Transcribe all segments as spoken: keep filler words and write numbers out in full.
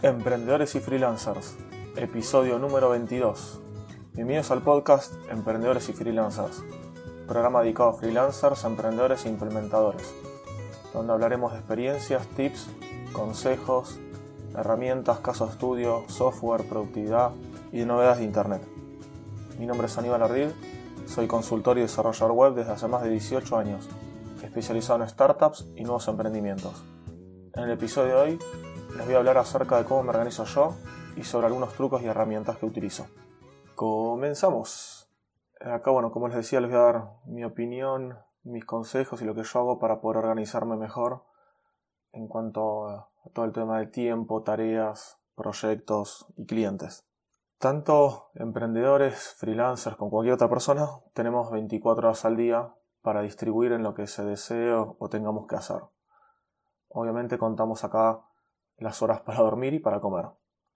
Emprendedores y Freelancers, episodio número veintidós. Bienvenidos al podcast Emprendedores y Freelancers, programa dedicado a freelancers, emprendedores e implementadores, donde hablaremos de experiencias, tips, consejos, herramientas, casos de estudio, software, productividad y de novedades de Internet. Mi nombre es Aníbal Ardil, soy consultor y desarrollador web desde hace más de dieciocho años, especializado en startups y nuevos emprendimientos. En el episodio de hoy les voy a hablar acerca de cómo me organizo yo y sobre algunos trucos y herramientas que utilizo. Comenzamos. Acá, bueno, como les decía, les voy a dar mi opinión, mis consejos y lo que yo hago para poder organizarme mejor en cuanto a todo el tema de tiempo, tareas, proyectos y clientes. Tanto emprendedores, freelancers como cualquier otra persona, tenemos veinticuatro horas al día para distribuir en lo que se desee o tengamos que hacer. Obviamente contamos acá las horas para dormir y para comer.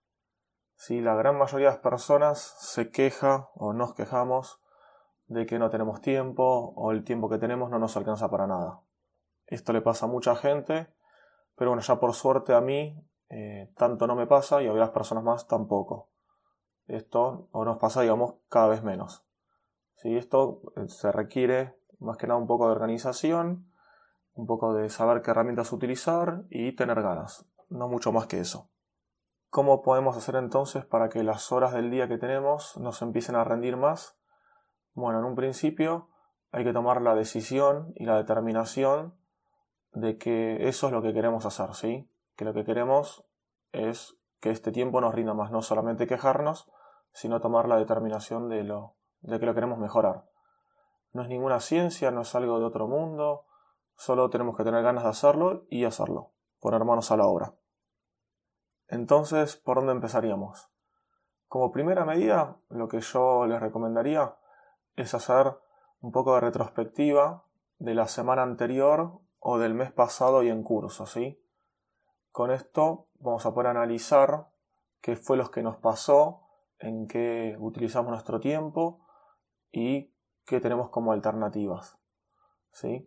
Si la gran mayoría de las personas se queja o nos quejamos de que no tenemos tiempo o el tiempo que tenemos no nos alcanza para nada. Esto le pasa a mucha gente, pero bueno, ya por suerte a mí eh, tanto no me pasa y a otras personas más tampoco. Esto o nos pasa, digamos, cada vez menos. ¿Sí? Esto eh, se requiere más que nada un poco de organización, un poco de saber qué herramientas utilizar y tener ganas. No mucho más que eso. ¿Cómo podemos hacer entonces para que las horas del día que tenemos nos empiecen a rendir más? Bueno, en un principio hay que tomar la decisión y la determinación de que eso es lo que queremos hacer, ¿sí? Que lo que queremos es que este tiempo nos rinda más, no solamente quejarnos, sino tomar la determinación de, lo, de que lo queremos mejorar. No es ninguna ciencia, no es algo de otro mundo, solo tenemos que tener ganas de hacerlo y hacerlo, poner manos a la obra. Entonces, ¿por dónde empezaríamos? Como primera medida, lo que yo les recomendaría es hacer un poco de retrospectiva de la semana anterior o del mes pasado y en curso, ¿sí? Con esto vamos a poder analizar qué fue lo que nos pasó, en qué utilizamos nuestro tiempo y qué tenemos como alternativas, ¿sí?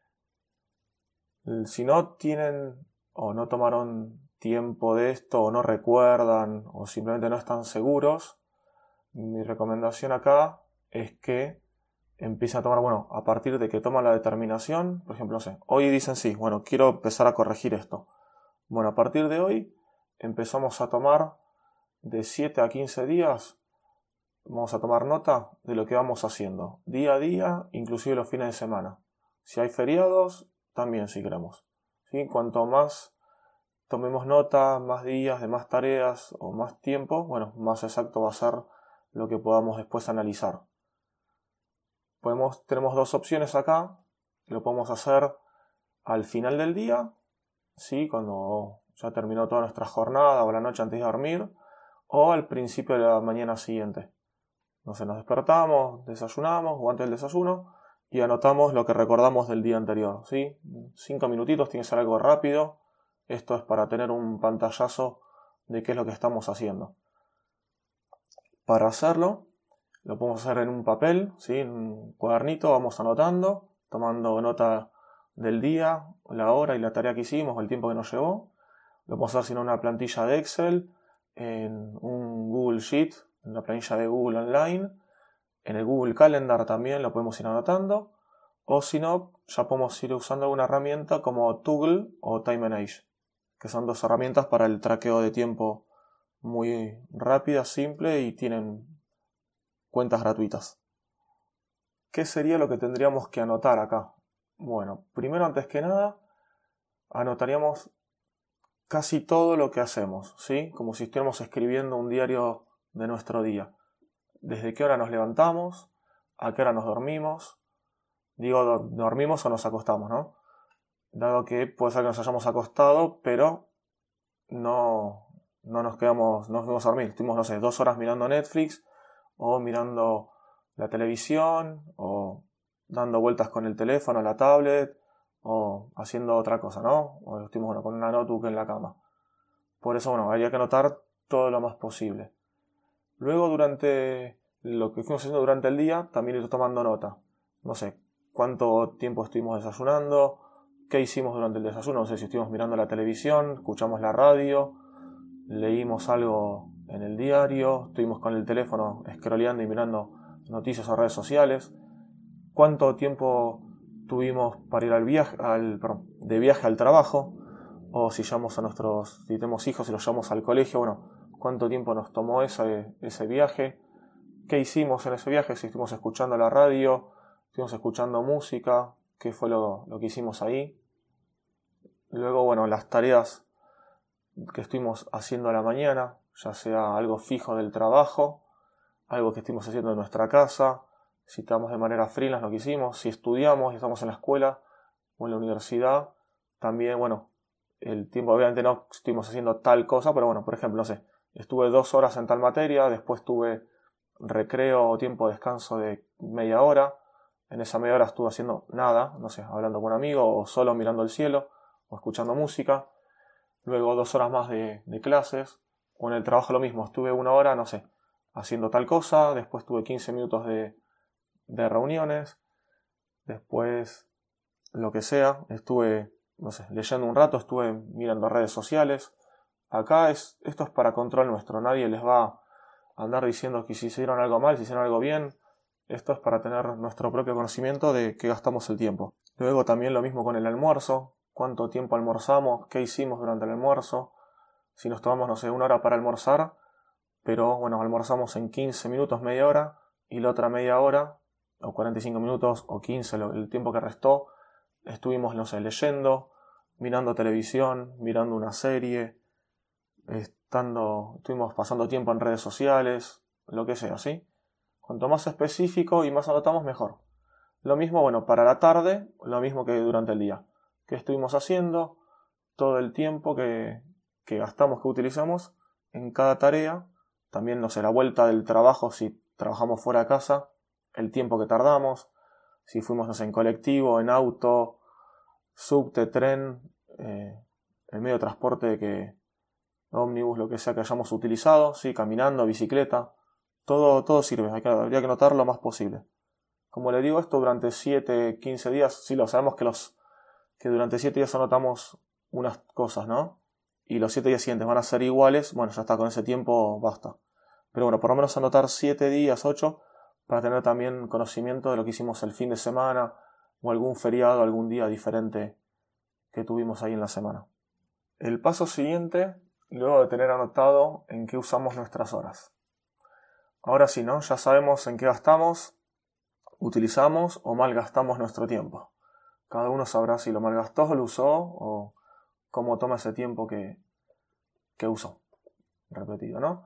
Si no tienen o no tomaron tiempo de esto o no recuerdan o simplemente no están seguros, mi recomendación acá es que empiecen a tomar, bueno, a partir de que toman la determinación, por ejemplo, no sé, hoy dicen sí, bueno, quiero empezar a corregir esto. Bueno, a partir de hoy empezamos a tomar de siete a quince días, vamos a tomar nota de lo que vamos haciendo, día a día, inclusive los fines de semana. Si hay feriados, también si queremos. ¿Sí? Cuanto más tomemos nota, más días de más tareas o más tiempo, bueno, más exacto va a ser lo que podamos después analizar. Podemos, tenemos dos opciones acá. Lo podemos hacer al final del día, ¿sí? Cuando ya terminó toda nuestra jornada o la noche antes de dormir, o al principio de la mañana siguiente. Entonces nos despertamos, desayunamos o antes del desayuno y anotamos lo que recordamos del día anterior, ¿sí? Cinco minutitos, tiene que ser algo rápido. Esto es para tener un pantallazo de qué es lo que estamos haciendo. Para hacerlo, lo podemos hacer en un papel, ¿sí? En un cuadernito, vamos anotando, tomando nota del día, la hora y la tarea que hicimos, o el tiempo que nos llevó. Lo podemos hacer en una plantilla de Excel, en un Google Sheet, en la planilla de Google Online, en el Google Calendar también lo podemos ir anotando, o si no, ya podemos ir usando alguna herramienta como Toggle o Time and Age, que son dos herramientas para el traqueo de tiempo muy rápidas, simple y tienen cuentas gratuitas. ¿Qué sería lo que tendríamos que anotar acá? Bueno, primero, antes que nada, anotaríamos casi todo lo que hacemos, ¿sí? Como si estuviéramos escribiendo un diario de nuestro día. Desde qué hora nos levantamos, a qué hora nos dormimos. Digo, dormimos o nos acostamos, ¿no? Dado que puede ser que nos hayamos acostado, pero no, no nos quedamos, no nos fuimos a dormir. Estuvimos, no sé, dos horas mirando Netflix, o mirando la televisión, o dando vueltas con el teléfono, la tablet, o haciendo otra cosa, ¿no? O estuvimos, bueno, con una notebook en la cama. Por eso, bueno, habría que anotar todo lo más posible. Luego, durante lo que fuimos haciendo durante el día, también ir tomando nota. No sé, cuánto tiempo estuvimos desayunando, qué hicimos durante el desayuno, no sé si estuvimos mirando la televisión, escuchamos la radio, leímos algo en el diario, estuvimos con el teléfono scrolleando y mirando noticias o redes sociales, cuánto tiempo tuvimos para ir al viaje, al, perdón, de viaje al trabajo, o si llevamos a nuestros, si tenemos hijos y los llevamos al colegio, bueno, cuánto tiempo nos tomó ese, ese viaje, qué hicimos en ese viaje, si estuvimos escuchando la radio, estuvimos escuchando música, qué fue lo, lo que hicimos ahí. Luego, bueno, las tareas que estuvimos haciendo a la mañana, ya sea algo fijo del trabajo, algo que estuvimos haciendo en nuestra casa, si estamos de manera freelance lo que hicimos, si estudiamos y estamos en la escuela o en la universidad, también, bueno, el tiempo, obviamente no estuvimos haciendo tal cosa, pero bueno, por ejemplo, no sé, estuve dos horas en tal materia, después tuve recreo o tiempo de descanso de media hora, en esa media hora estuve haciendo nada, no sé, hablando con un amigo o solo mirando el cielo o escuchando música, luego dos horas más de, de clases, o en el trabajo lo mismo, estuve una hora, no sé, haciendo tal cosa, después tuve quince minutos de, de reuniones, después lo que sea, estuve, no sé, leyendo un rato, estuve mirando redes sociales. Acá es, esto es para control nuestro, nadie les va a andar diciendo que si hicieron algo mal, si hicieron algo bien, esto es para tener nuestro propio conocimiento de qué gastamos el tiempo. Luego también lo mismo con el almuerzo, cuánto tiempo almorzamos, qué hicimos durante el almuerzo, si nos tomamos, no sé, una hora para almorzar, pero bueno, almorzamos en quince minutos, media hora, y la otra media hora, o cuarenta y cinco minutos, o quince, el tiempo que restó, estuvimos, no sé, leyendo, mirando televisión, mirando una serie, estando, estuvimos pasando tiempo en redes sociales, lo que sea, ¿sí? Cuanto más específico y más anotamos, mejor. Lo mismo, bueno, para la tarde, lo mismo que durante el día. ¿Qué estuvimos haciendo? Todo el tiempo que, que gastamos, que utilizamos en cada tarea. También, no sé, la vuelta del trabajo, si trabajamos fuera de casa, el tiempo que tardamos, si fuimos, no sé, en colectivo, en auto, subte, tren, eh, el medio de transporte que, ómnibus, lo que sea que hayamos utilizado, sí, caminando, bicicleta, todo, todo sirve, hay que, habría que notar lo más posible. Como le digo, esto durante siete, quince días, sí, lo sabemos que, los, que durante siete días anotamos unas cosas, ¿no? Y los siete días siguientes van a ser iguales, bueno, ya está, con ese tiempo basta. Pero bueno, por lo menos anotar siete días, ocho, para tener también conocimiento de lo que hicimos el fin de semana o algún feriado, algún día diferente que tuvimos ahí en la semana. El paso siguiente, luego de tener anotado en qué usamos nuestras horas. Ahora sí, ¿no? Ya sabemos en qué gastamos, utilizamos o malgastamos nuestro tiempo. Cada uno sabrá si lo malgastó, lo usó o cómo toma ese tiempo que, que usó. Repetido, ¿no?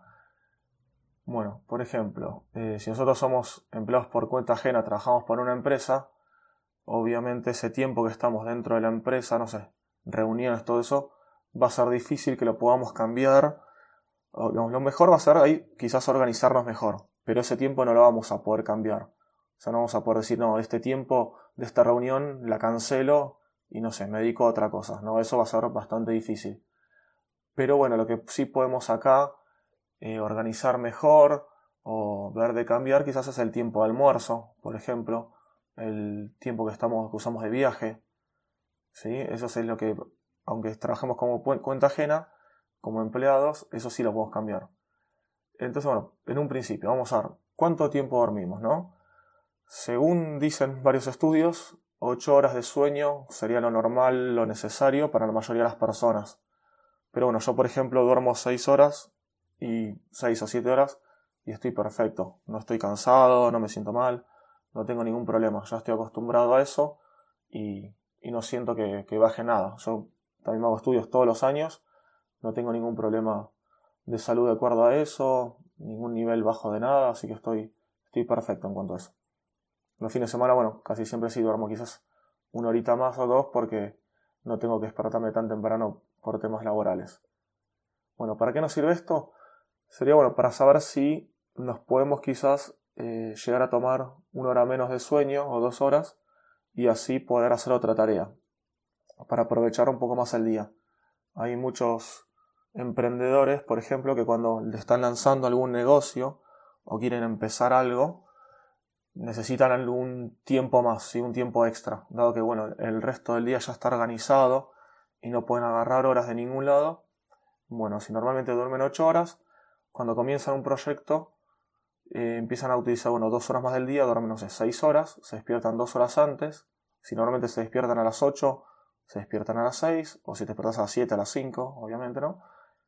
Bueno, por ejemplo, eh, si nosotros somos empleados por cuenta ajena, trabajamos por una empresa, obviamente ese tiempo que estamos dentro de la empresa, no sé, reuniones, todo eso, va a ser difícil que lo podamos cambiar. Lo mejor va a ser ahí quizás organizarnos mejor, pero ese tiempo no lo vamos a poder cambiar. O sea, no vamos a poder decir, no, este tiempo de esta reunión la cancelo y no sé, me dedico a otra cosa. No, eso va a ser bastante difícil. Pero bueno, lo que sí podemos acá eh, organizar mejor o ver de cambiar quizás es el tiempo de almuerzo, por ejemplo, el tiempo que, estamos, que usamos de viaje. ¿Sí? Eso es lo que, aunque trabajemos como cuenta ajena, como empleados, eso sí lo podemos cambiar. Entonces, bueno, en un principio vamos a ver cuánto tiempo dormimos, ¿no? Según dicen varios estudios, ocho horas de sueño sería lo normal, lo necesario para la mayoría de las personas. Pero bueno, yo por ejemplo duermo seis horas y seis o siete horas y estoy perfecto. No estoy cansado, no me siento mal, no tengo ningún problema. Ya estoy acostumbrado a eso y, y no siento que, que baje nada. Yo también hago estudios todos los años, no tengo ningún problema de salud de acuerdo a eso, ningún nivel bajo de nada, así que estoy, estoy perfecto en cuanto a eso. Los fines de semana, bueno, casi siempre sí duermo quizás una horita más o dos porque no tengo que despertarme tan temprano por temas laborales. Bueno, ¿para qué nos sirve esto? Sería bueno para saber si nos podemos quizás eh, llegar a tomar una hora menos de sueño o dos horas y así poder hacer otra tarea, para aprovechar un poco más el día. Hay muchos emprendedores, por ejemplo, que cuando le están lanzando algún negocio o quieren empezar algo, necesitan algún tiempo más, ¿sí? Un tiempo extra, dado que bueno, el resto del día ya está organizado y no pueden agarrar horas de ningún lado. Bueno, si normalmente duermen ocho horas, cuando comienzan un proyecto eh, empiezan a utilizar, bueno, dos horas más del día, duermen, no sé, seis horas, se despiertan dos horas antes. Si normalmente se despiertan a las ocho, se despiertan a las seis, o si te despiertas a las siete, a las cinco, obviamente, ¿no?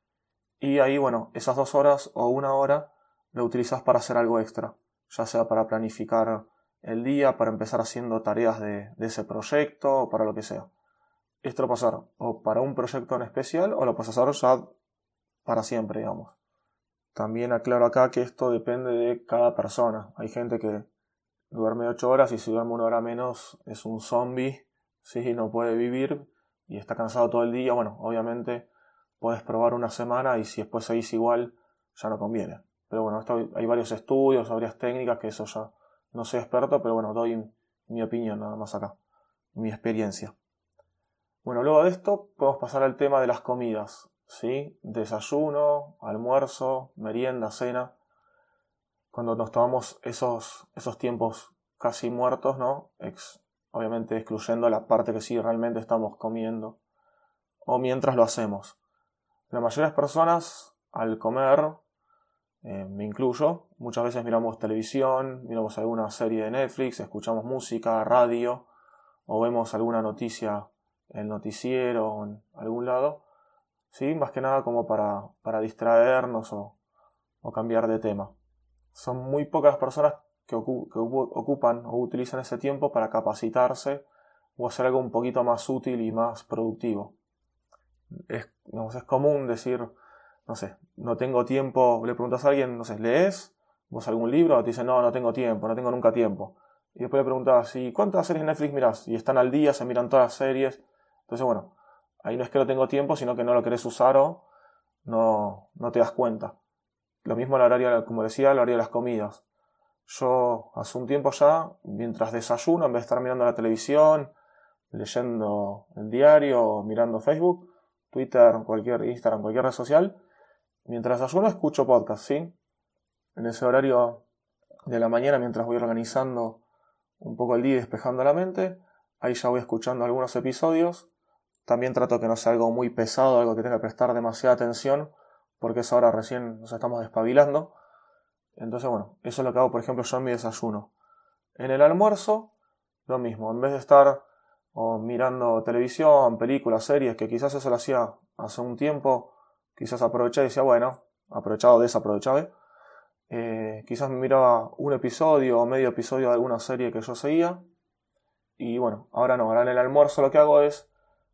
Y ahí, bueno, esas dos horas o una hora lo utilizas para hacer algo extra, ya sea para planificar el día, para empezar haciendo tareas de, de ese proyecto, o para lo que sea. Esto lo puedes hacer o para un proyecto en especial, o lo puedes hacer ya para siempre, digamos. También aclaro acá que esto depende de cada persona. Hay gente que duerme ocho horas y si duerme una hora menos es un zombie, ¿sí? No puede vivir y está cansado todo el día. Bueno, obviamente puedes probar una semana y si después seguís igual, ya no conviene. Pero bueno, esto hay varios estudios, varias técnicas, que eso ya no soy experto, pero bueno, doy mi opinión nada más acá, mi experiencia. Bueno, luego de esto podemos pasar al tema de las comidas, ¿sí? Desayuno, almuerzo, merienda, cena. Cuando nos tomamos esos, esos tiempos casi muertos, ¿no? Ex, obviamente excluyendo la parte que sí realmente estamos comiendo, o mientras lo hacemos. La mayoría de las personas, al comer, eh, me incluyo, muchas veces miramos televisión, miramos alguna serie de Netflix, escuchamos música, radio, o vemos alguna noticia en el noticiero o en algún lado, ¿sí? Más que nada como para, para distraernos o, o cambiar de tema. Son muy pocas personas que, ocu- que ocupan o utilizan ese tiempo para capacitarse o hacer algo un poquito más útil y más productivo. Es, digamos, es común decir, no sé, no tengo tiempo, le preguntas a alguien, no sé, ¿lees vos algún libro? O te dicen, no, no tengo tiempo, no tengo nunca tiempo. Y después le preguntas, ¿y cuántas series de Netflix mirás? Y están al día, se miran todas las series. Entonces, bueno, ahí no es que no tengo tiempo, sino que no lo querés usar o no, no te das cuenta. Lo mismo al horario, como decía, al horario de las comidas. Yo hace un tiempo ya, mientras desayuno, en vez de estar mirando la televisión, leyendo el diario, mirando Facebook, Twitter, cualquier Instagram, cualquier red social, mientras desayuno escucho podcast, ¿sí? En ese horario de la mañana, mientras voy organizando un poco el día y despejando la mente, ahí ya voy escuchando algunos episodios. También trato que no sea algo muy pesado, algo que tenga que prestar demasiada atención, porque es ahora recién nos estamos despabilando. Entonces, bueno, eso es lo que hago, por ejemplo, yo en mi desayuno. En el almuerzo, lo mismo. En vez de estar o mirando televisión, películas, series, que quizás eso lo hacía hace un tiempo, quizás aproveché y decía, bueno, aprovechado, desaprovechado, eh, quizás me miraba un episodio o medio episodio de alguna serie que yo seguía. Y bueno, ahora no, ahora en el almuerzo lo que hago es,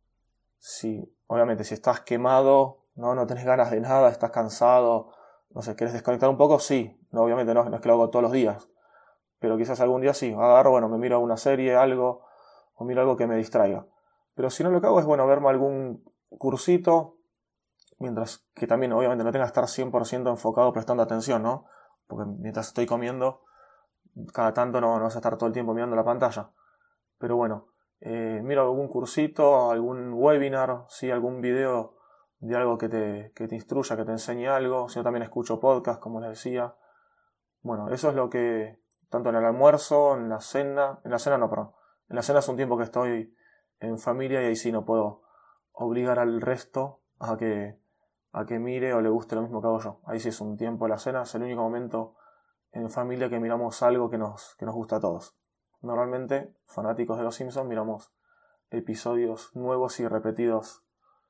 si, obviamente, si estás quemado, no, no tenés ganas de nada, estás cansado, no sé, querés desconectar un poco, sí, no, obviamente no, no es que lo hago todos los días, pero quizás algún día sí, agarro, bueno, me miro una serie, algo, o miro algo que me distraiga. Pero si no, lo que hago es, bueno, verme algún cursito, mientras que también, obviamente, no tenga que estar cien por ciento enfocado prestando atención, ¿no? Porque mientras estoy comiendo, cada tanto no, no vas a estar todo el tiempo mirando la pantalla. Pero bueno, eh, miro algún cursito, algún webinar, ¿sí? Algún video de algo que te, que te instruya, que te enseñe algo. Si no, también escucho podcast, como les decía. Bueno, eso es lo que, tanto en el almuerzo, en la cena, en la cena no, perdón. En la cena es un tiempo que estoy en familia y ahí sí no puedo obligar al resto a que, a que mire o le guste lo mismo que hago yo. Ahí sí es un tiempo de la cena, es el único momento en familia que miramos algo que nos, que nos gusta a todos. Normalmente, fanáticos de los Simpsons, miramos episodios nuevos y repetidos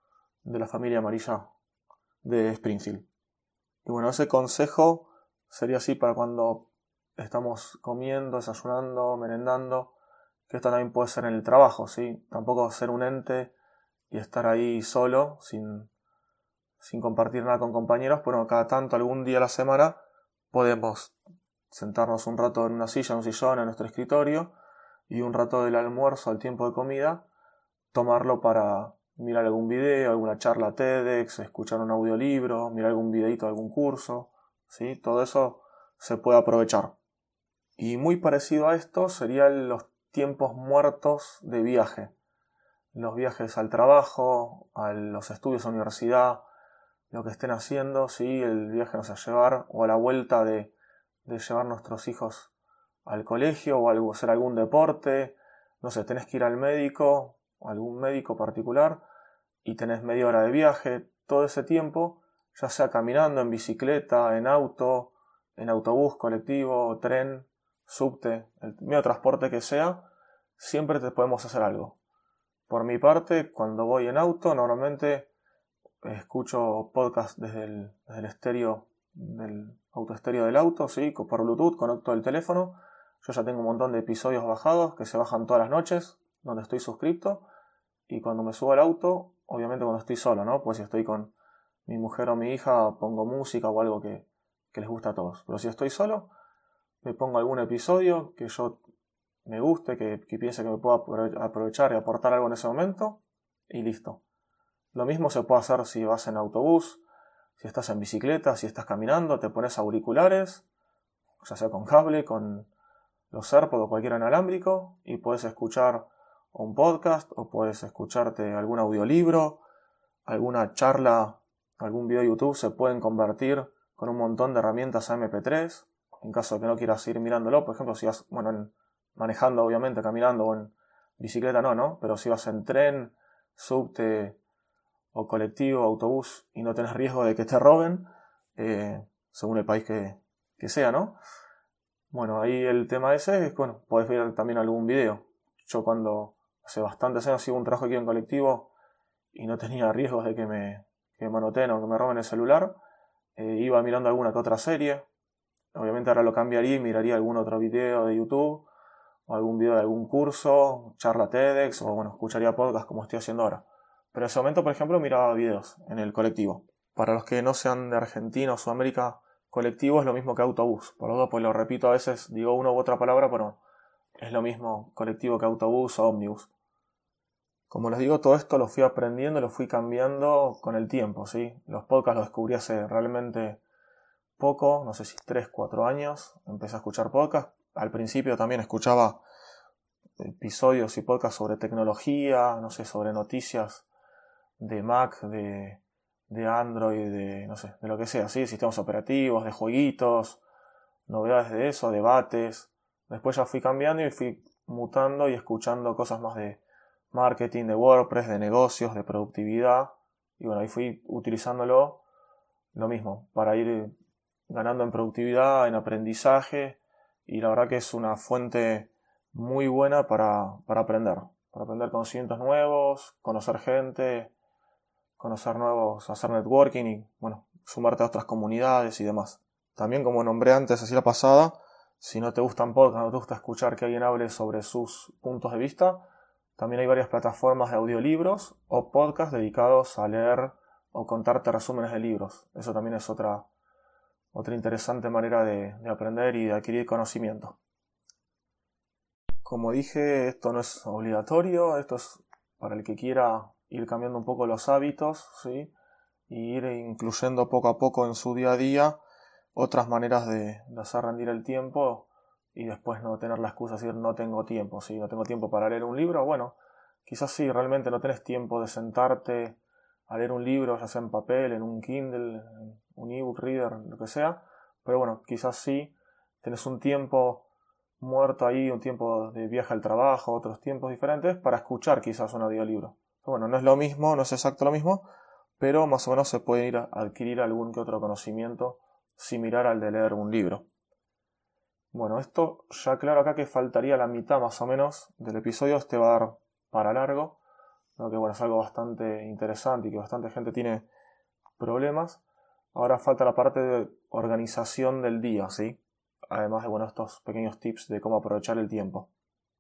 de la familia amarilla de Springfield. Y bueno, ese consejo sería así para cuando estamos comiendo, desayunando, merendando, que esto también puede ser en el trabajo, ¿sí? Tampoco ser un ente y estar ahí solo, sin, sin compartir nada con compañeros, pero cada tanto, algún día a la semana, podemos sentarnos un rato en una silla, en un sillón, en nuestro escritorio, y un rato del almuerzo, al tiempo de comida, tomarlo para mirar algún video, alguna charla TEDx, escuchar un audiolibro, mirar algún videito de algún curso, ¿sí? Todo eso se puede aprovechar. Y muy parecido a esto serían los tiempos muertos de viaje. Los viajes al trabajo, a los estudios a la universidad, lo que estén haciendo, ¿sí? El viaje nos va a llevar, o a la vuelta de, de llevar nuestros hijos al colegio o algo, hacer algún deporte, no sé, tenés que ir al médico, algún médico particular, y tenés media hora de viaje, todo ese tiempo, ya sea caminando, en bicicleta, en auto, en autobús, colectivo, tren, subte, el medio de transporte que sea, siempre te podemos hacer algo. Por mi parte, cuando voy en auto, normalmente escucho podcast desde el, desde el estéreo, del autoestéreo del auto, ¿sí? Por Bluetooth, conecto el teléfono. Yo ya tengo un montón de episodios bajados que se bajan todas las noches, donde estoy suscripto. Y cuando me subo al auto, obviamente cuando estoy solo, ¿no? Pues si estoy con mi mujer o mi hija, pongo música o algo que, que les gusta a todos. Pero si estoy solo, me pongo algún episodio que yo me guste, que, que piense que me pueda aprovechar y aportar algo en ese momento, y listo. Lo mismo se puede hacer si vas en autobús, si estás en bicicleta, si estás caminando, te pones auriculares, ya sea con cable, con los AirPods o cualquier inalámbrico, y puedes escuchar un podcast o puedes escucharte algún audiolibro, alguna charla, algún video de YouTube. Se pueden convertir con un montón de herramientas a eme pe tres, en caso de que no quieras ir mirándolo. Por ejemplo, si vas, bueno, en, manejando obviamente, caminando o en bicicleta no, ¿no? Pero si vas en tren, subte o colectivo, autobús y no tenés riesgo de que te roben, eh, según el país que, que sea, ¿no? Bueno, ahí el tema ese es, bueno, podés ver también algún video. Yo cuando hace bastantes años hice un trabajo aquí en colectivo y no tenía riesgos de que me, que me manoteen o que me roben el celular, eh, iba mirando alguna que otra serie. Obviamente ahora lo cambiaría y miraría algún otro video de YouTube o algún video de algún curso, charla TEDx o bueno, escucharía podcast como estoy haciendo ahora. Pero en ese momento, por ejemplo, miraba videos en el colectivo. Para los que no sean de Argentina o Sudamérica, colectivo es lo mismo que autobús. Por lo tanto, pues lo repito a veces, digo una u otra palabra, pero es lo mismo colectivo que autobús o ómnibus. Como les digo, todo esto lo fui aprendiendo, lo fui cambiando con el tiempo, ¿sí? Los podcasts los descubrí hace realmente poco, no sé si tres, cuatro años. Empecé a escuchar podcasts. Al principio también escuchaba episodios y podcasts sobre tecnología, no sé, sobre noticias de Mac, de, de Android, de no sé, de lo que sea, ¿sí? Sistemas operativos, de jueguitos, novedades de eso, debates. Después ya fui cambiando y fui mutando y escuchando cosas más de marketing, de WordPress, de negocios, de productividad. Y bueno, ahí fui utilizándolo lo mismo, para ir ganando en productividad, en aprendizaje. Y la verdad que es una fuente muy buena para, para aprender. Para aprender conocimientos nuevos, conocer gente, conocer nuevos, hacer networking y, bueno, sumarte a otras comunidades y demás. También, como nombré antes, así la pasada, si no te gustan podcasts, no te gusta escuchar que alguien hable sobre sus puntos de vista, también hay varias plataformas de audiolibros o podcasts dedicados a leer o contarte resúmenes de libros. Eso también es otra, otra interesante manera de, de aprender y de adquirir conocimiento. Como dije, esto no es obligatorio, esto es para el que quiera ir cambiando un poco los hábitos, ¿sí? Y ir incluyendo poco a poco en su día a día otras maneras de, de hacer rendir el tiempo y después no tener la excusa de decir no tengo tiempo, ¿sí? No tengo tiempo para leer un libro. Bueno, quizás sí, realmente no tenés tiempo de sentarte a leer un libro, ya sea en papel, en un Kindle, en un ebook reader, lo que sea, pero bueno, quizás sí tenés un tiempo muerto ahí, un tiempo de viaje al trabajo, otros tiempos diferentes para escuchar quizás un audiolibro. Bueno, no es lo mismo, no es exacto lo mismo, pero más o menos se puede ir a adquirir algún que otro conocimiento similar al de leer un libro. Bueno, esto ya claro acá que faltaría la mitad más o menos del episodio. Este va a dar para largo, ¿no? Que bueno, es algo bastante interesante y que bastante gente tiene problemas. Ahora falta la parte de organización del día, ¿sí? Además de bueno, estos pequeños tips de cómo aprovechar el tiempo.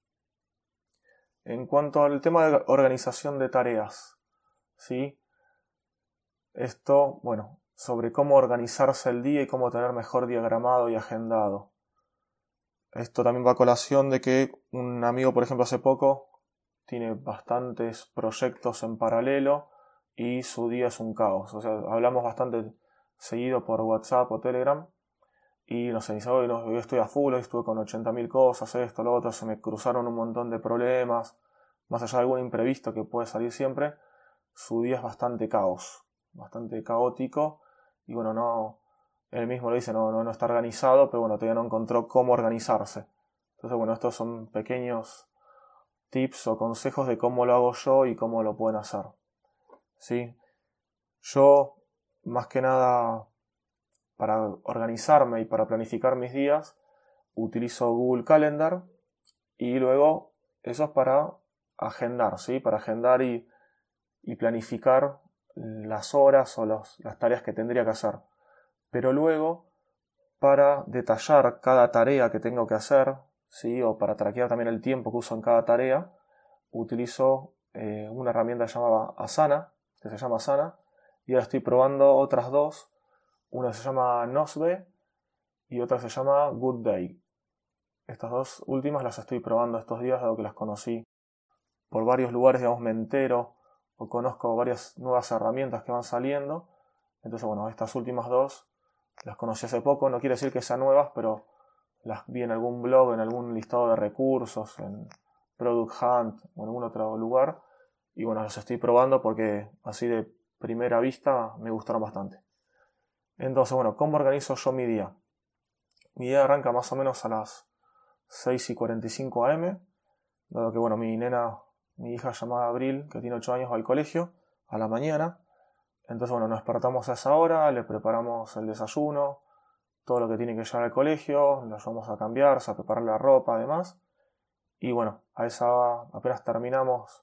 En cuanto al tema de organización de tareas, ¿sí? Esto, bueno, sobre cómo organizarse el día y cómo tener mejor diagramado y agendado. Esto también va a colación de que un amigo, por ejemplo, hace poco tiene bastantes proyectos en paralelo y su día es un caos. O sea, hablamos bastante seguido por WhatsApp o Telegram y no sé, dice, hoy, no, hoy estoy a full, hoy estuve con ochenta mil cosas, esto, lo otro, se me cruzaron un montón de problemas, más allá de algún imprevisto que puede salir siempre, su día es bastante caos, bastante caótico y bueno, no, él mismo lo dice, no, no, no está organizado, pero bueno, todavía no encontró cómo organizarse. Entonces bueno, estos son pequeños tips o consejos de cómo lo hago yo y cómo lo pueden hacer, ¿sí? Yo, más que nada, para organizarme y para planificar mis días, utilizo Google Calendar y luego eso es para agendar, ¿sí? Para agendar y, y planificar las horas o los, las tareas que tendría que hacer. Pero luego, para detallar cada tarea que tengo que hacer, ¿sí? O para traquear también el tiempo que uso en cada tarea, utilizo eh, una herramienta llamada Asana, que se llama Asana, y ahora estoy probando otras dos. Una se llama Nozbe y otra se llama Good Day. Estas dos últimas las estoy probando estos días, dado que las conocí por varios lugares, digamos, me entero o conozco varias nuevas herramientas que van saliendo. Entonces, bueno, estas últimas dos las conocí hace poco, no quiere decir que sean nuevas, pero las vi en algún blog, en algún listado de recursos, en Product Hunt o en algún otro lugar. Y bueno, las estoy probando porque así de primera vista me gustaron bastante. Entonces, bueno, ¿cómo organizo yo mi día? Mi día arranca más o menos a las seis y cuarenta y cinco a eme, dado que, bueno, mi nena, mi hija llamada Abril, que tiene ocho años, va al colegio a la mañana. Entonces, bueno, nos despertamos a esa hora, le preparamos el desayuno, todo lo que tiene que llevar al colegio, lo llevamos a cambiarse, a preparar la ropa, además. Y bueno, a esa apenas terminamos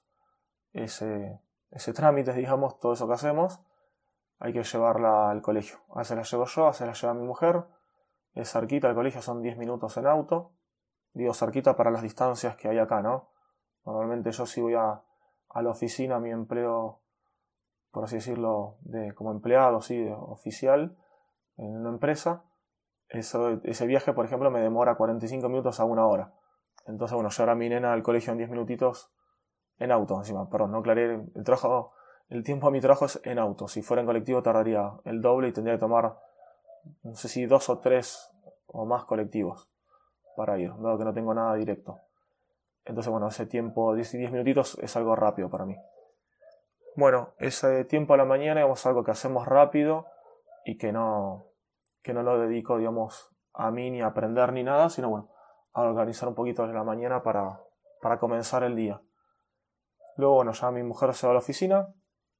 ese, ese trámite, digamos, todo eso que hacemos, hay que llevarla al colegio. A veces la llevo yo, a veces la lleva mi mujer. Es cerquita al colegio, son diez minutos en auto. Digo cerquita para las distancias que hay acá, ¿no? Normalmente yo si voy a, a la oficina, a mi empleo, por así decirlo, de, como empleado, sí, de oficial, en una empresa, eso, ese viaje, por ejemplo, me demora cuarenta y cinco minutos a una hora. Entonces, bueno, llevar a mi nena al colegio en diez minutitos en auto, encima, perdón, no aclaré, el trabajo, el tiempo a mi trabajo es en auto. Si fuera en colectivo tardaría el doble y tendría que tomar, no sé si dos o tres o más colectivos para ir, dado que no tengo nada directo. Entonces, bueno, ese tiempo, diez minutitos, es algo rápido para mí. Bueno, ese tiempo a la mañana es algo que hacemos rápido y que no, que no lo dedico, digamos, a mí ni a aprender ni nada, sino, bueno, a organizar un poquito de la mañana para, para comenzar el día. Luego, bueno, ya mi mujer se va a la oficina,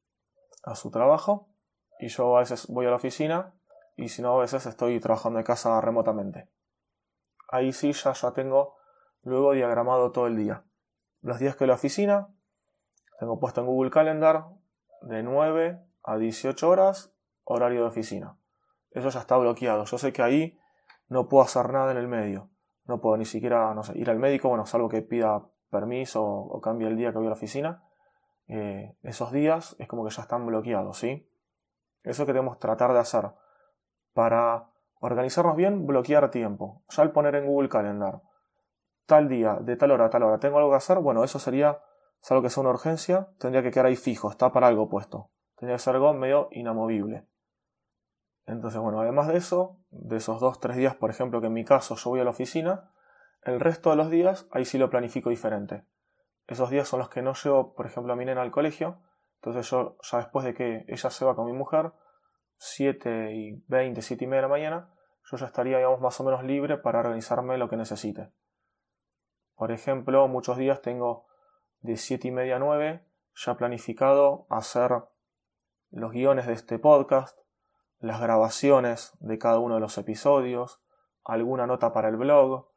a su trabajo, y yo a veces voy a la oficina, y si no, a veces estoy trabajando de casa remotamente. Ahí sí ya, ya tengo luego diagramado todo el día. Los días que voy a la oficina, tengo puesto en Google Calendar de nueve a dieciocho horas, horario de oficina. Eso ya está bloqueado. Yo sé que ahí no puedo hacer nada en el medio. No puedo ni siquiera, no sé, ir al médico, bueno, salvo que pida permiso o, o cambie el día que voy a la oficina. Eh, esos días es como que ya están bloqueados, ¿sí? Eso que debemos tratar de hacer. Para organizarnos bien, bloquear tiempo. Ya al poner en Google Calendar, tal día, de tal hora a tal hora, ¿tengo algo que hacer? Bueno, eso sería, salvo que sea una urgencia, tendría que quedar ahí fijo, está para algo puesto. Tendría que ser algo medio inamovible. Entonces, bueno, además de eso, de esos dos, tres días, por ejemplo, que en mi caso yo voy a la oficina, el resto de los días, ahí sí lo planifico diferente. Esos días son los que no llevo, por ejemplo, a mi nena al colegio. Entonces yo, ya después de que ella se va con mi mujer, siete y veinte, siete y media de la mañana, yo ya estaría, digamos, más o menos libre para organizarme lo que necesite. Por ejemplo, muchos días tengo de siete y media a nueve ya planificado hacer los guiones de este podcast, las grabaciones de cada uno de los episodios, alguna nota para el blog,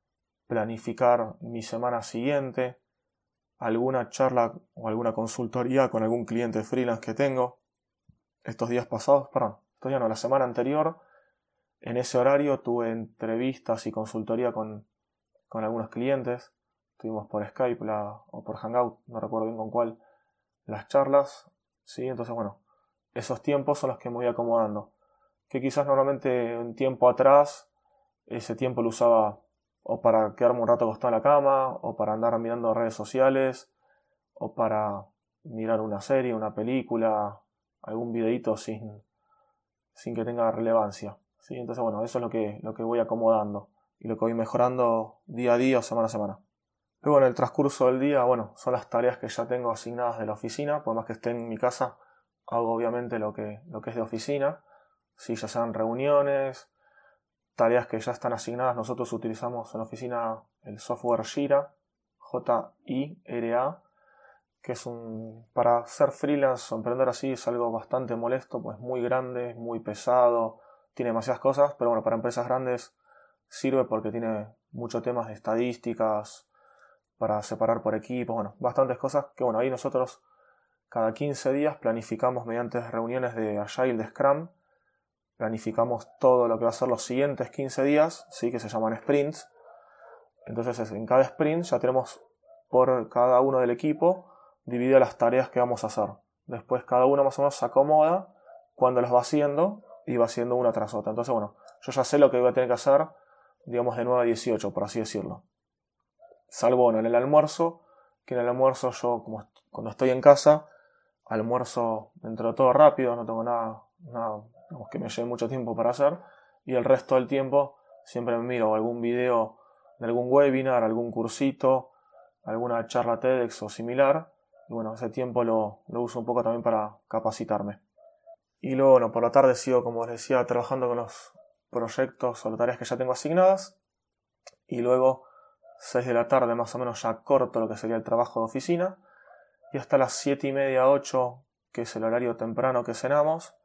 planificar mi semana siguiente, alguna charla o alguna consultoría con algún cliente freelance que tengo. Estos días pasados, perdón, estos días no, la semana anterior, en ese horario tuve entrevistas y consultoría con, con algunos clientes. Tuvimos por Skype la, o por Hangout, no recuerdo bien con cuál, las charlas. ¿Sí? Entonces, bueno, esos tiempos son los que me voy acomodando. Que quizás normalmente un tiempo atrás, ese tiempo lo usaba o para quedarme un rato acostado en la cama, o para andar mirando redes sociales, o para mirar una serie, una película, algún videíto sin, sin que tenga relevancia. ¿Sí? Entonces, bueno, eso es lo que, lo que voy acomodando y lo que voy mejorando día a día o semana a semana. Luego, en el transcurso del día, bueno, son las tareas que ya tengo asignadas de la oficina, por más que esté en mi casa, hago obviamente lo que, lo que es de oficina, ¿sí? Ya sean reuniones, tareas que ya están asignadas. Nosotros utilizamos en la oficina el software Jira, J I R A, que es un... para ser freelance o emprender así es algo bastante molesto, pues muy grande, muy pesado, tiene demasiadas cosas, pero bueno, para empresas grandes sirve porque tiene muchos temas de estadísticas, para separar por equipos, bueno, bastantes cosas que bueno, ahí nosotros cada quince días planificamos mediante reuniones de Agile, de Scrum, planificamos todo lo que va a ser los siguientes quince días, ¿sí? Que se llaman sprints. Entonces en cada sprint ya tenemos por cada uno del equipo dividido las tareas que vamos a hacer. Después cada uno más o menos se acomoda cuando las va haciendo y va haciendo una tras otra. Entonces bueno, yo ya sé lo que voy a tener que hacer, digamos de nueve a dieciocho, por así decirlo. Salvo bueno, en el almuerzo, que en el almuerzo yo como cuando estoy en casa, almuerzo dentro de todo rápido, no tengo nada, nada digamos, que me lleve mucho tiempo para hacer, y el resto del tiempo siempre me miro algún video de algún webinar, algún cursito, alguna charla TEDx o similar, y bueno, ese tiempo lo, lo uso un poco también para capacitarme. Y luego, bueno, por la tarde sigo, como os decía, trabajando con los proyectos o las tareas que ya tengo asignadas, y luego seis de la tarde más o menos ya corto lo que sería el trabajo de oficina, y hasta las siete y media, ocho, que es el horario temprano que cenamos,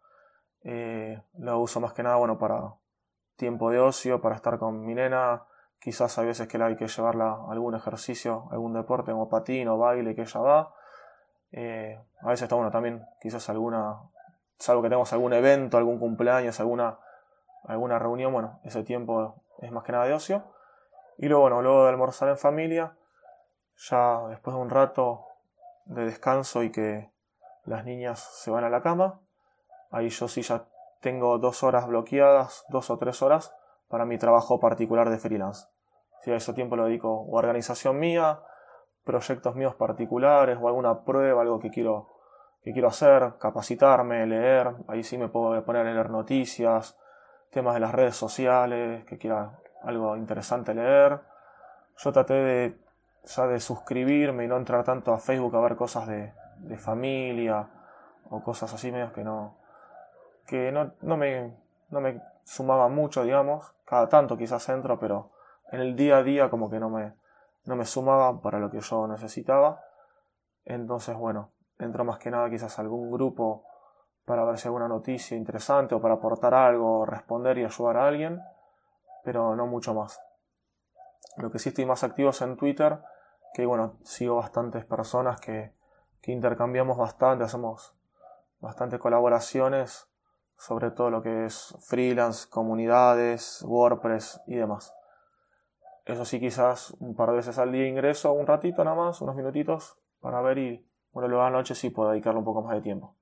eh, lo uso más que nada bueno para tiempo de ocio, para estar con mi nena. Quizás hay veces que hay que llevarla a algún ejercicio, algún deporte como patín o baile, que ella va. Eh, a veces está bueno también, quizás alguna, salvo que tengamos algún evento, algún cumpleaños, alguna, alguna reunión, bueno, ese tiempo es más que nada de ocio. Y luego, bueno, luego de almorzar en familia, ya después de un rato de descanso y que las niñas se van a la cama, ahí yo sí ya tengo dos horas bloqueadas, dos o tres horas para mi trabajo particular de freelance. Si a ese tiempo lo dedico o a organización mía, proyectos míos particulares o alguna prueba, algo que quiero, que quiero hacer, capacitarme, leer, ahí sí me puedo poner a leer noticias, temas de las redes sociales, que quiera algo interesante leer. Yo traté de ya de suscribirme y no entrar tanto a Facebook a ver cosas de, de familia o cosas así medias que no que no, no me no me sumaba mucho, digamos. Cada tanto quizás entro, pero en el día a día como que no me no me sumaba para lo que yo necesitaba. Entonces bueno, entro más que nada quizás a algún grupo para ver si hay alguna noticia interesante o para aportar algo, responder y ayudar a alguien, pero no mucho más. Lo que sí estoy más activo es en Twitter, que bueno, sigo bastantes personas que, que intercambiamos bastante, hacemos bastantes colaboraciones sobre todo lo que es freelance, comunidades, WordPress y demás. Eso sí, quizás un par de veces al día ingreso un ratito nada más, unos minutitos para ver y bueno, luego a la noche sí puedo dedicarle un poco más de tiempo.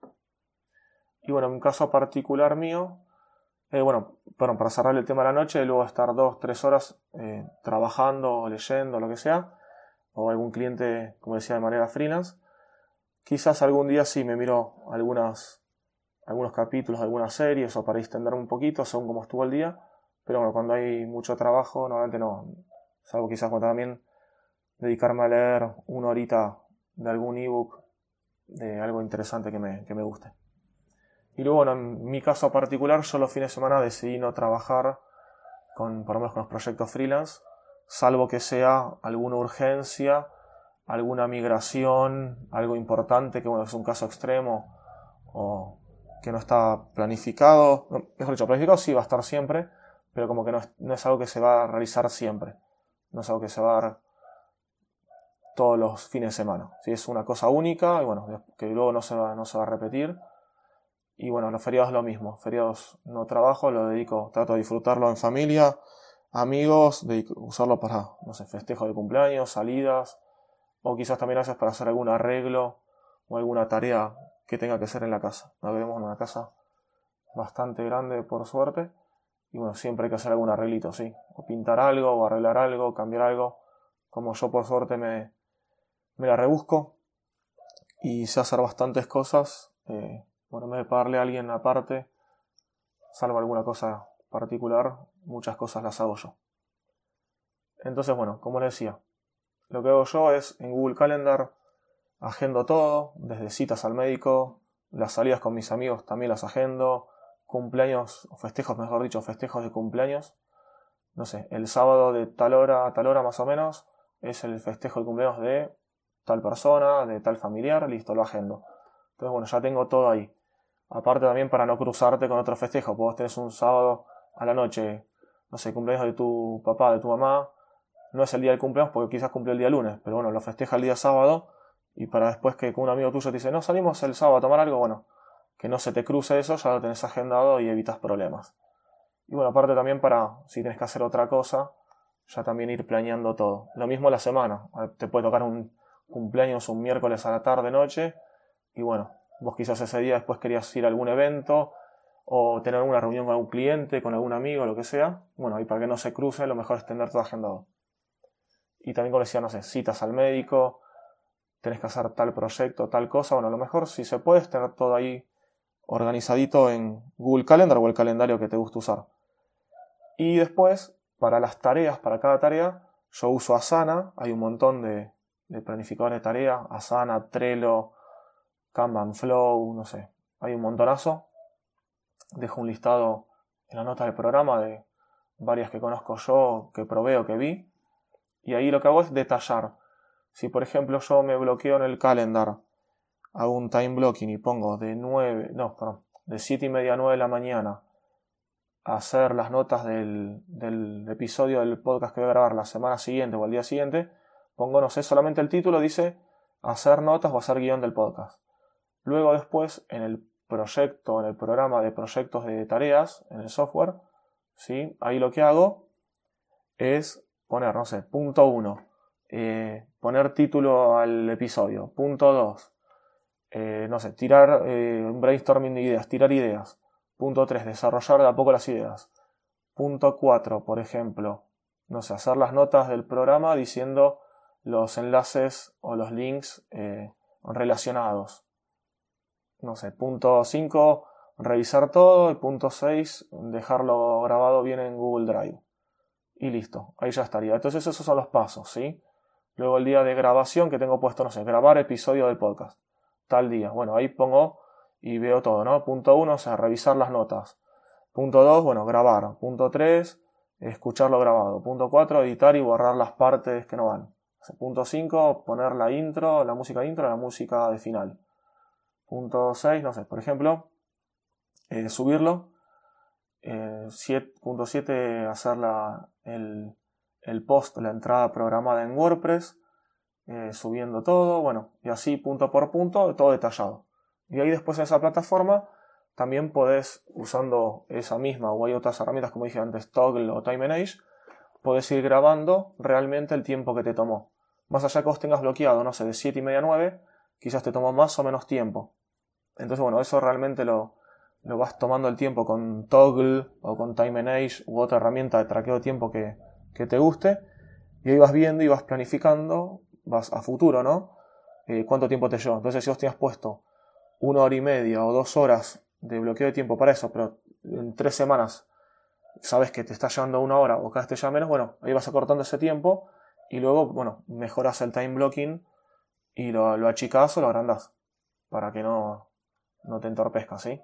Y bueno, en un caso particular mío, Eh, bueno, bueno, para cerrar el tema de la noche, luego estar dos, tres horas eh, trabajando, leyendo, lo que sea, o algún cliente, como decía, de manera freelance. Quizás algún día sí me miro algunas, algunos capítulos de algunas series o para distenderme un poquito, según cómo estuvo el día. Pero bueno, cuando hay mucho trabajo, normalmente no. Salvo quizás cuando también dedicarme a leer una horita de algún ebook, de algo interesante que me, que me guste. Y luego, bueno, en mi caso particular, yo los fines de semana decidí no trabajar con, por lo menos con los proyectos freelance, salvo que sea alguna urgencia, alguna migración, algo importante, que bueno, es un caso extremo o que no está planificado. No, mejor dicho, planificado sí va a estar siempre, pero como que no es, no es algo que se va a realizar siempre. No es algo que se va a dar todos los fines de semana. ¿Sí? Es una cosa única y bueno, que luego no se va, no se va a repetir. Y bueno, los feriados lo mismo, feriados no trabajo, lo dedico, trato de disfrutarlo en familia, amigos, de usarlo para, no sé, festejos de cumpleaños, salidas, o quizás también a veces para hacer algún arreglo o alguna tarea que tenga que hacer en la casa. Nos vemos en una casa bastante grande, por suerte, y bueno, siempre hay que hacer algún arreglito, sí, o pintar algo, o arreglar algo, cambiar algo, como yo por suerte me, me la rebusco y sé hacer bastantes cosas. eh, Bueno, en vez de pagarle a alguien aparte, salvo alguna cosa particular, muchas cosas las hago yo. Entonces, bueno, como les decía, lo que hago yo es en Google Calendar agendo todo, desde citas al médico, las salidas con mis amigos también las agendo, cumpleaños, o festejos, mejor dicho, festejos de cumpleaños. No sé, el sábado de tal hora a tal hora más o menos es el festejo de cumpleaños de tal persona, de tal familiar, listo, lo agendo. Entonces, bueno, ya tengo todo ahí. Aparte también para no cruzarte con otro festejo, vos tenés un sábado a la noche, no sé, cumpleaños de tu papá, de tu mamá, no es el día del cumpleaños porque quizás cumple el día lunes, pero bueno, lo festeja el día sábado y para después que un amigo tuyo te dice, no, salimos el sábado a tomar algo, bueno, que no se te cruce eso, ya lo tenés agendado y evitas problemas. Y bueno, aparte también para, si tenés que hacer otra cosa, ya también ir planeando todo. Lo mismo la semana, te puede tocar un cumpleaños un miércoles a la tarde, noche, y bueno, vos quizás ese día después querías ir a algún evento o tener alguna reunión con algún cliente, con algún amigo, lo que sea. Bueno, y para que no se cruce, lo mejor es tener todo agendado. Y también como decía, no sé, citas al médico, tenés que hacer tal proyecto, tal cosa. Bueno, lo mejor si se puede es tener todo ahí organizadito en Google Calendar o el calendario que te guste usar. Y después, para las tareas, para cada tarea, yo uso Asana. Hay un montón de, de planificadores de tareas. Asana, Trello, Kanban, Flow, no sé. Hay un montonazo. Dejo un listado en la nota del programa de varias que conozco yo, que probé o que vi. Y ahí lo que hago es detallar. Si por ejemplo yo me bloqueo en el calendar, hago un time blocking y pongo de nueve, no, perdón, de siete y media a nueve de la mañana a hacer las notas del, del episodio del podcast que voy a grabar la semana siguiente o el día siguiente, pongo, no sé, solamente el título dice hacer notas o hacer guión del podcast. Luego después en el proyecto, en el programa de proyectos de tareas, en el software, ¿sí? Ahí lo que hago es poner, no sé, punto uno, eh, poner título al episodio. Punto dos, eh, no sé, tirar eh, un brainstorming de ideas, tirar ideas. Punto tres, desarrollar de a poco las ideas. Punto cuatro, por ejemplo, no sé, hacer las notas del programa diciendo los enlaces o los links eh, relacionados. No sé, punto cinco, revisar todo. Y punto seis, dejarlo grabado bien en Google Drive. Y listo, ahí ya estaría. Entonces esos son los pasos, ¿sí? Luego el día de grabación que tengo puesto, no sé, grabar episodio del podcast. Tal día. Bueno, ahí pongo y veo todo, ¿no? Punto uno, o sea, revisar las notas. Punto dos, bueno, grabar. Punto tres, escucharlo grabado. Punto cuatro, editar y borrar las partes que no van. O sea, punto cinco, poner la intro, la música de intro, la música de final. Punto seis, no sé, por ejemplo, eh, subirlo. Eh, punto siete, hacer la, el, el post, la entrada programada en WordPress, eh, subiendo todo, bueno, y así punto por punto, todo detallado. Y ahí después en esa plataforma también podés, usando esa misma o hay otras herramientas como dije antes, Toggle o Time and Age, podés ir grabando realmente el tiempo que te tomó. Más allá que vos tengas bloqueado, no sé, de siete y media a nueve, quizás te tomó más o menos tiempo. Entonces, bueno, eso realmente lo, lo vas tomando el tiempo con Toggle o con Time and Age u otra herramienta de traqueo de tiempo que, que te guste. Y ahí vas viendo y vas planificando, vas a futuro, ¿no? Eh, ¿Cuánto tiempo te llevó? Entonces, si vos tenías puesto una hora y media o dos horas de bloqueo de tiempo para eso, pero en tres semanas sabes que te está llevando una hora o cada vez te lleva menos, bueno, ahí vas acortando ese tiempo y luego, bueno, mejoras el time blocking y lo, lo achicás o lo agrandás para que no, no te entorpezca, ¿sí?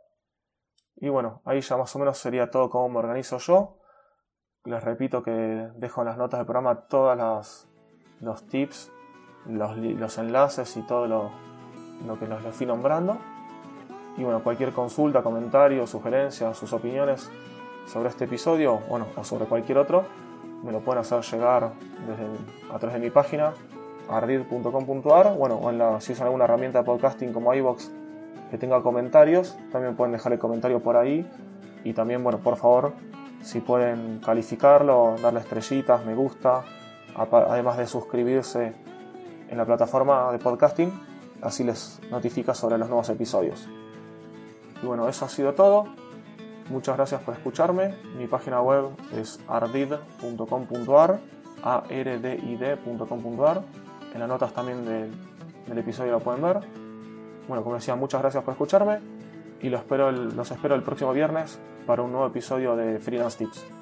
Y bueno, ahí ya más o menos sería todo como me organizo yo. Les repito que dejo en las notas del programa todos los, los tips, los, los enlaces y todo lo, lo que los, los fui nombrando. Y bueno, cualquier consulta, comentario, sugerencia, sus opiniones sobre este episodio, bueno, o sobre cualquier otro, me lo pueden hacer llegar desde, a través de mi página, ardid punto com punto a r, bueno, o en la, si usan alguna herramienta de podcasting como iVoox que tenga comentarios, también pueden dejar el comentario por ahí. Y también, bueno, por favor, si pueden calificarlo, darle estrellitas, me gusta, además de suscribirse en la plataforma de podcasting, así les notifica sobre los nuevos episodios. Y bueno, eso ha sido todo. Muchas gracias por escucharme. Mi página web es ardid punto com punto a r, a r d i d punto com punto a r. En las notas también del, del episodio lo pueden ver. Bueno, como decía, muchas gracias por escucharme y los espero el, los espero el próximo viernes para un nuevo episodio de Freelance Tips.